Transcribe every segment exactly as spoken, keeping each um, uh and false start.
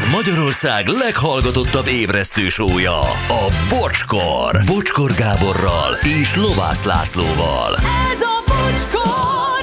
Ez Magyarország leghallgatottabb ébresztő show-ja, a Bocskor. Bocskor Gáborral és Lovász Lászlóval. Ez a Bocskor!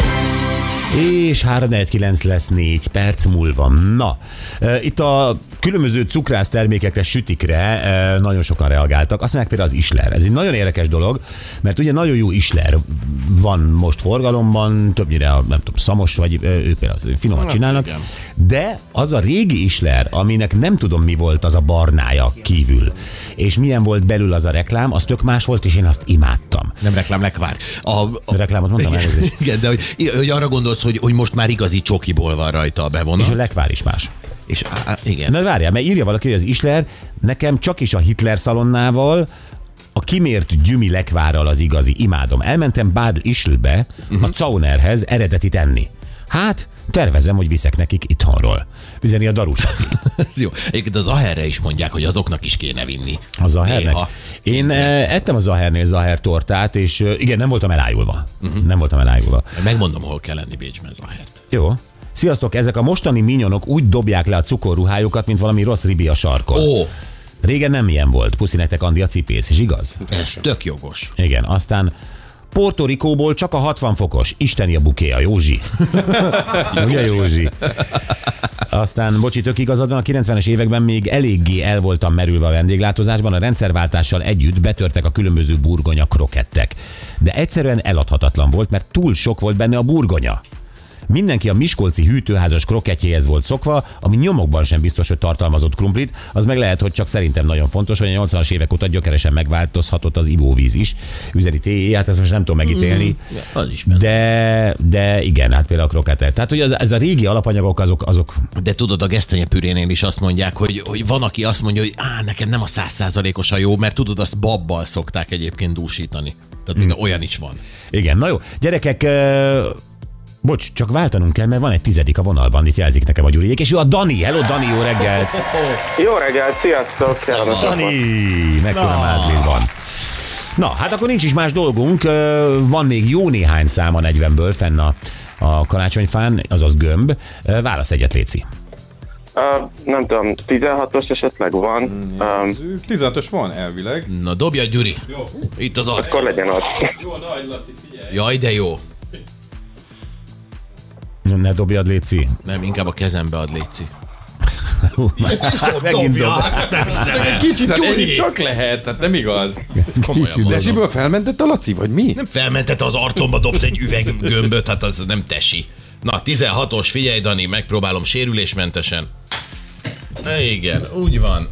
És három negyvenkilenc lesz négy perc múlva. Na, itt a különböző cukrász termékekre, sütikre nagyon sokan reagáltak. Azt mondják például az Isler. Ez egy nagyon érdekes dolog, mert ugye nagyon jó Isler van most forgalomban, többnyire a, nem tudom, szamos, vagy ők például finomat csinálnak, igen. De az a régi Isler, aminek nem tudom mi volt az a barnája kívül, és milyen volt belül az a reklám, az tök más volt, és én azt imádtam. Nem reklám, lekvár. A, a, a reklámot mondtam, igen, igen, de hogy, hogy arra gondolsz, hogy, hogy most már igazi csokiból van rajta a bevonat. És a lekvár is más. És á, igen. Na várjál, mert írja valaki, hogy az Isler nekem csak is a Hitler szalonnával, a kimért gyümi lekvárral az igazi. Imádom. Elmentem Bad Ischlbe, uh-huh. a Zaunerhez eredetit enni. Hát, tervezem, hogy viszek nekik itthonról. Üzeni a Darusati. Jó. Egyébként a Zaherre is mondják, hogy azoknak is kéne vinni. A Zahernek? Én eh, ettem a Zahernél Zaher tortát, és eh, igen, nem voltam elájulva. Uh-huh. Nem voltam elájulva. Megmondom, hol kell lenni Bécsben Zahert. Jó. Sziasztok, ezek a mostani minyonok úgy dobják le a cukorruhájukat, mint valami rossz ribi a sarkon. Ó. Régen nem ilyen volt. Puszi nektek, Andi, a cipész, és igaz? Ez tök jogos. Igen, aztán Puerto Ricóból csak a hatvan fokos. Isteni a buké, a Józsi. Ugye, Józsi? Aztán, bocsi, tök igazad van, a kilencvenes években még eléggé el voltam merülve a vendéglátozásban, a rendszerváltással együtt betörtek a különböző burgonya krokettek. De egyszerűen eladhatatlan volt, mert túl sok volt benne a burgonya. Mindenki a miskolci hűtőházas krokettjéhez volt szokva, ami nyomokban sem biztos, hogy tartalmazott krumplit, az meg lehet, hogy csak szerintem nagyon fontos, hogy a nyolcvanas évek óta gyökeresen megváltozhatott az ivóvíz is. Üzeri té, hát ezt most nem tudom megítélni. Mm, ja, az is de, de igen, hát például a krokettet. Tehát, hogy az, ez a régi alapanyagok azok, azok... De tudod, a gesztenyepürénél is azt mondják, hogy, hogy van, aki azt mondja, hogy á, nekem nem a száz százalékos a jó, mert tudod, azt babbal szokták egyébként dúsítani. Tehát minden mm. olyan is van. Igen, na jó. Gyerekek... Bocs, csak váltanunk kell, mert van egy tizedik a vonalban, itt jelzik nekem a Gyuriék, és ő a Dani. Hello, Dani, jó reggelt! Jó reggelt, sziasztok! Dani, mekkora mázlid van. Na, hát akkor nincs is más dolgunk, van még jó néhány szám a negyvenből fenn a, a karácsonyfán, azaz gömb. Válasz egyet, Léci. Uh, nem tudom, tizenhatos esetleg van. Um, tizenhatos van elvileg. Na, dobja, Gyuri. Jó. Itt az arc. Akkor legyen ott. Jó, nagy, Laci, figyelj. Jaj, de jó. Ne dobjad, Léci. Nem, inkább a kezembe ad, Léci. Megint dob. Hát nem hiszem el. Kicsit, Gyuri! Csak lehet, hát nem igaz. Komolyan De zsiből felmentett a Laci, vagy mi? Nem felmentett az arcomba, dobsz egy üveggömböt, hát az nem tesi. Na, tizenhatos, figyelj, Dani, megpróbálom sérülésmentesen. Igen, úgy van.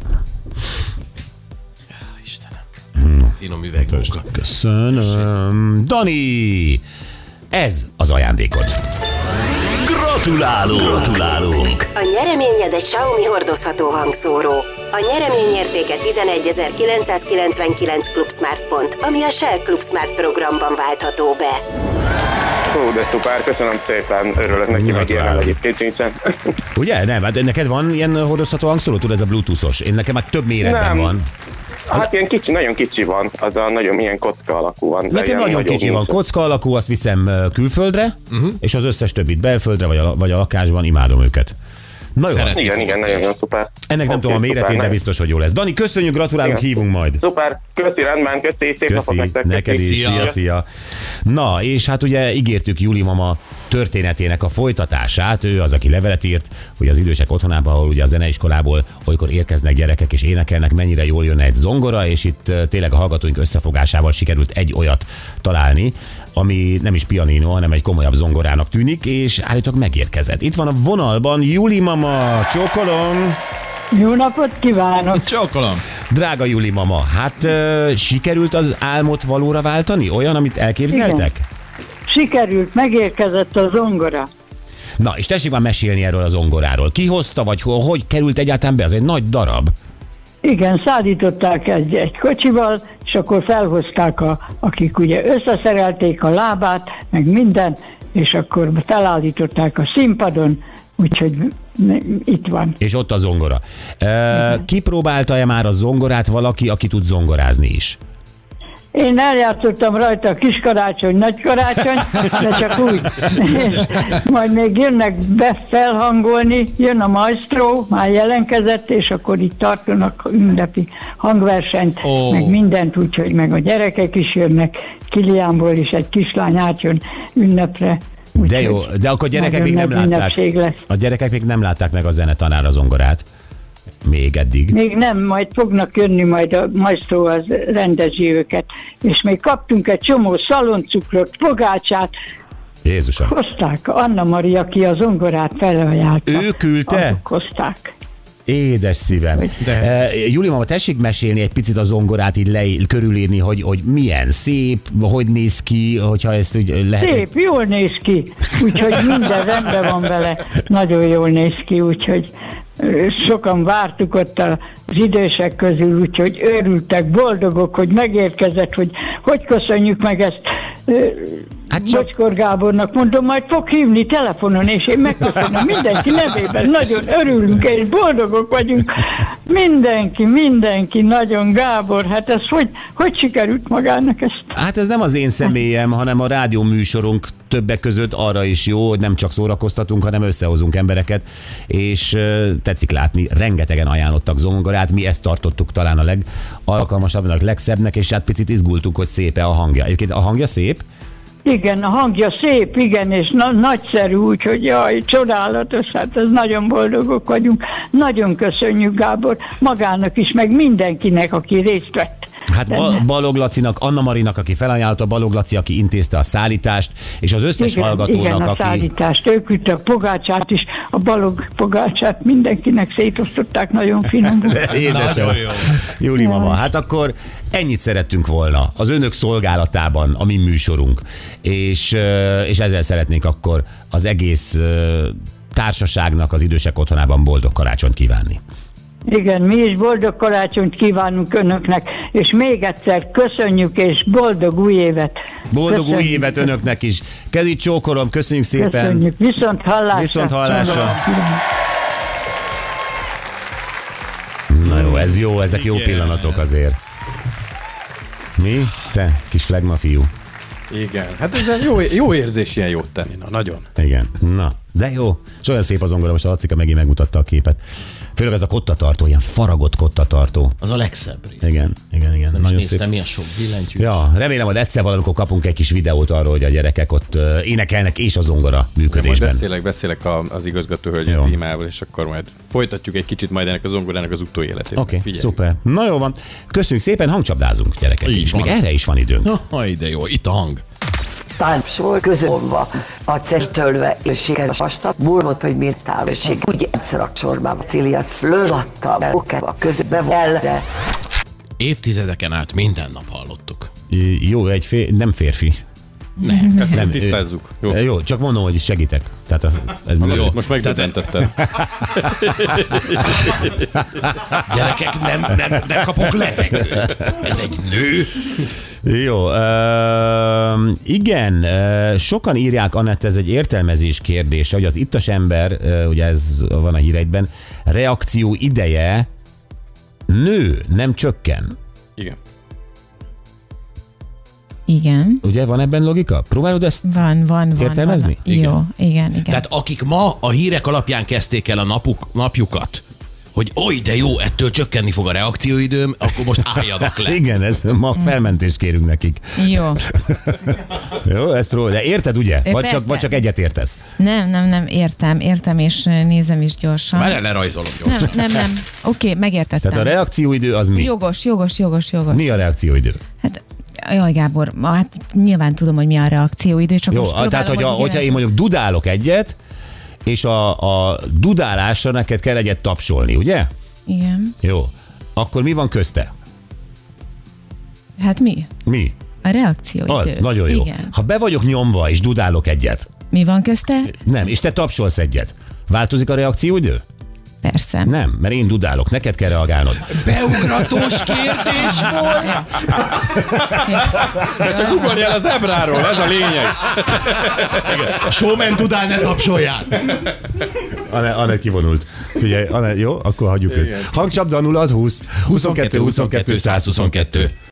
Ja, Istenem. Finom üvegmunka. Köszönöm. Dani! Ez az ajándékod. Gratulálunk! Gratulálunk! A nyereményed egy Xiaomi hordozható hangszóró. A nyeremény értéke tizenegyezer-kilencszázkilencvenkilenc Club Smart pont, ami a Shell Club Smart programban váltható be. Hú, de szuper, köszönöm szépen, örülök neki, meg ilyen egyébként nincsen. Ugye? Nem, hát neked van ilyen hordozható hangszóró? Tudod, ez a bluetoothos. Én nekem már több méretben nem. van. Hát ilyen kicsi, nagyon kicsi van, az a nagyon ilyen kocka alakú van. Nekem nagyon kicsi van, kocka alakú, azt viszem külföldre, uh-huh. és az összes többit belföldre, vagy a, vagy a lakásban, imádom őket. Na jó. Szeretni igen, igen, nagyon, nagyon szuper. Ennek nem okay, tudom a méretén, szuper, de biztos, hogy jó lesz. Dani, köszönjük, gratulálunk, igen. Hívunk majd. Szuper, köszi, rendben, köszi, szép napot nektek. Neked is, szia, szia. Na, és hát ugye ígértük Juli mama történetének a folytatását. Ő az, aki levelet írt, hogy az idősek otthonában, ahol ugye a zeneiskolából olykor érkeznek gyerekek és énekelnek, mennyire jól jönne egy zongora, és itt tényleg a hallgatóink összefogásával sikerült egy olyat találni, ami nem is pianino, hanem egy komolyabb zongorának tűnik, és állítólag megérkezett. Itt van a vonalban Juli mama, csókolom! Jó napot kívánok! Csókolom! Drága Juli mama, hát uh, sikerült az álmot valóra váltani? Olyan, amit elképzeltek? Igen. Sikerült, megérkezett a zongora. Na, és tessék már mesélni erről a zongoráról. Ki hozta, vagy hogy került egyáltalán be? Az egy nagy darab. Igen, szállították egy, egy kocsival, és akkor felhozták, a, akik ugye összeszerelték a lábát, meg minden, és akkor felállították a színpadon, úgyhogy itt van. És ott a zongora. E, kipróbálta-e már a zongorát valaki, aki tud zongorázni is? én eljátszottam rajta a kis karácsony, nagy karácsony, de csak úgy. Majd még jönnek befelhangolni, jön a maestro, már jelentkezett, és akkor itt tartanak ünnepi hangversenyt, oh. meg mindent, úgyhogy meg a gyerekek is jönnek, Kiliánból is egy kislány átjön ünnepre. Úgy, de jó, de akkor a gyerekek még nem látták. Lesz. A gyerekek még nem látták meg a zenetanár a zongorát. Még eddig. Még nem, majd fognak jönni, majd a maestro az rendezi őket. És még kaptunk egy csomó szaloncukrot, pogácsát. Jézusom. Hozták, Anna Maria, aki a zongorát felajánlta. Ő küldte? Azok hozták. Édes szívem. De. Uh, Júli mama, tessék mesélni egy picit a zongorát, így le, körülírni, hogy, hogy milyen szép, hogy néz ki, hogyha ezt úgy lehet. Szép, jól néz ki, úgyhogy minden rendben van vele, nagyon jól néz ki, úgyhogy sokan vártuk ott az idősek közül, úgyhogy örültek, boldogok, hogy megérkezett, hogy hogy köszönjük meg ezt. Hát csak... Bocskor Gábornak mondom, majd fog hívni telefonon, és én megköszönöm mindenki nevében. Nagyon örülünk, és boldogok vagyunk. Mindenki, mindenki, nagyon Gábor. Hát ez hogy, hogy sikerült magának ezt? Hát ez nem az én személyem, hanem a rádió műsorunk többek között arra is jó, hogy nem csak szórakoztatunk, hanem összehozunk embereket, és uh, tetszik látni, rengetegen ajánlottak zongorát, mi ezt tartottuk talán a legalkalmasabbnak, legszebbnek, és hát picit izgultunk, hogy szép-e a hangja. Egyébként a hangja szép? Igen, a hangja szép, igen, és na- nagyszerű, úgyhogy jaj, csodálatos, hát ez nagyon boldogok vagyunk. Nagyon köszönjük, Gábor, magának is, meg mindenkinek, aki részt vett. Hát ba- Balog Lacinak, Anna Marinak, aki felajánlott, a Balog Laci, aki intézte a szállítást, és az összes igen, hallgatónak, igen, a aki... szállítást, ők küldte a pogácsát is, a Balog pogácsát mindenkinek szétosztották nagyon finomul. Édesem, Júli mama, hát akkor ennyit szerettünk volna az önök szolgálatában, a mi műsorunk, és, és ezzel szeretnénk akkor az egész társaságnak az idősek otthonában boldog karácsonyt kívánni. Igen, mi is boldog karácsonyt kívánunk önöknek, és még egyszer köszönjük, és boldog új évet. Boldog köszönjük. új évet önöknek is. Kezit csókolom, köszönjük szépen. Köszönjük, viszont hallásra. Viszont hallásra. Na jó, ez jó, ezek jó pillanatok azért. Mi? Te, kis flegma fiú. Igen, hát ez jó, jó érzés ilyen jót tenni, na nagyon. Igen, na, de jó. És olyan szép az zongora, most a Lacika megint megmutatta a képet. Főleg ez a kottatartó, ilyen faragott kottatartó. Az a legszebb rész. Igen, igen, igen. Nem nagyon is néztem, szép. milyen sok billentyű. Ja, remélem, hogy egyszer valamikor kapunk egy kis videót arról, hogy a gyerekek ott uh, énekelnek, és a zongora működésben. Majd beszélek, beszélek a, az igazgató hölgyel témával, és akkor majd folytatjuk egy kicsit majd ennek a zongorának az utóéletét. Oké, okay, szuper. Na jó van. Köszönjük szépen, hangcsapdázunk, gyerekek. Így is. van. Még erre is van időnk. Haj, de jó, itt a hang. Táncból közölve, a certölve, és sikeres vastag, burmot, hogy miért távolség. Úgy egyszer a sorban Cilias flörlatta, mert oké, a közöbbe velre. Évtizedeken át minden nap hallottuk. I, jó, egy fér, nem férfi. Nem, ezt nem tisztázzuk. Jó. jó, csak mondom, hogy segítek. Tehát a, ez jó. jó. Most megdöbbentettem. Gyerekek, nem, nem, nem kapok levegőt. Ez egy nő. Jó, uh, igen, uh, sokan írják, Anett, ez egy értelmezés kérdése, hogy az ittas ember, uh, ugye ez van a híreidben, reakció ideje nő, nem csökken. Igen. Igen. Ugye, van ebben logika? Próbálod ezt van, van, van, értelmezni? Van. Jó, igen, igen. Tehát akik ma a hírek alapján kezdték el a napuk, napjukat, hogy oly, de jó, ettől csökkenni fog a reakcióidőm, akkor most álljanak le. Igen, ez ma felmentést kérünk nekik. Jó. Jó, ezt próbálod. De érted, ugye? Vagy Persze. csak, vagy csak egyet értesz? Nem, nem, nem, értem, értem, és nézem is gyorsan. Már lerajzolom gyorsan. Nem, nem, nem. Oké, okay, megértettem. Tehát a reakcióidő az mi? Jogos, jogos, jogos, jogos. Mi a reakcióidő? Hát, jaj, Gábor, hát nyilván tudom, hogy mi a reakcióidő, csak Jó, most próbálom, tehát, hogy a, hogy hogyha én mondjuk dudálok egyet, és a, a dudálásra neked kell egyet tapsolni, ugye? Igen. Jó. Akkor mi van közte? Hát mi? Mi? A reakcióidő. Az, nagyon jó. Igen. Ha be vagyok nyomva, és dudálok egyet. Mi van közte? Nem, és te tapsolsz egyet. Változik a reakcióidő? Persze. Nem, mert én dudálok, neked kell reagálnod. Beugratós kérdés volt! Csak ugorj el az ebráról, ez a lényeg. A showman dudál, ne tapsoljál! Anne, Anne kivonult. Figyelj, Anne, jó, akkor hagyjuk őt. Hangcsapda nulla húsz huszonkettő huszonkettő száz huszonkettő.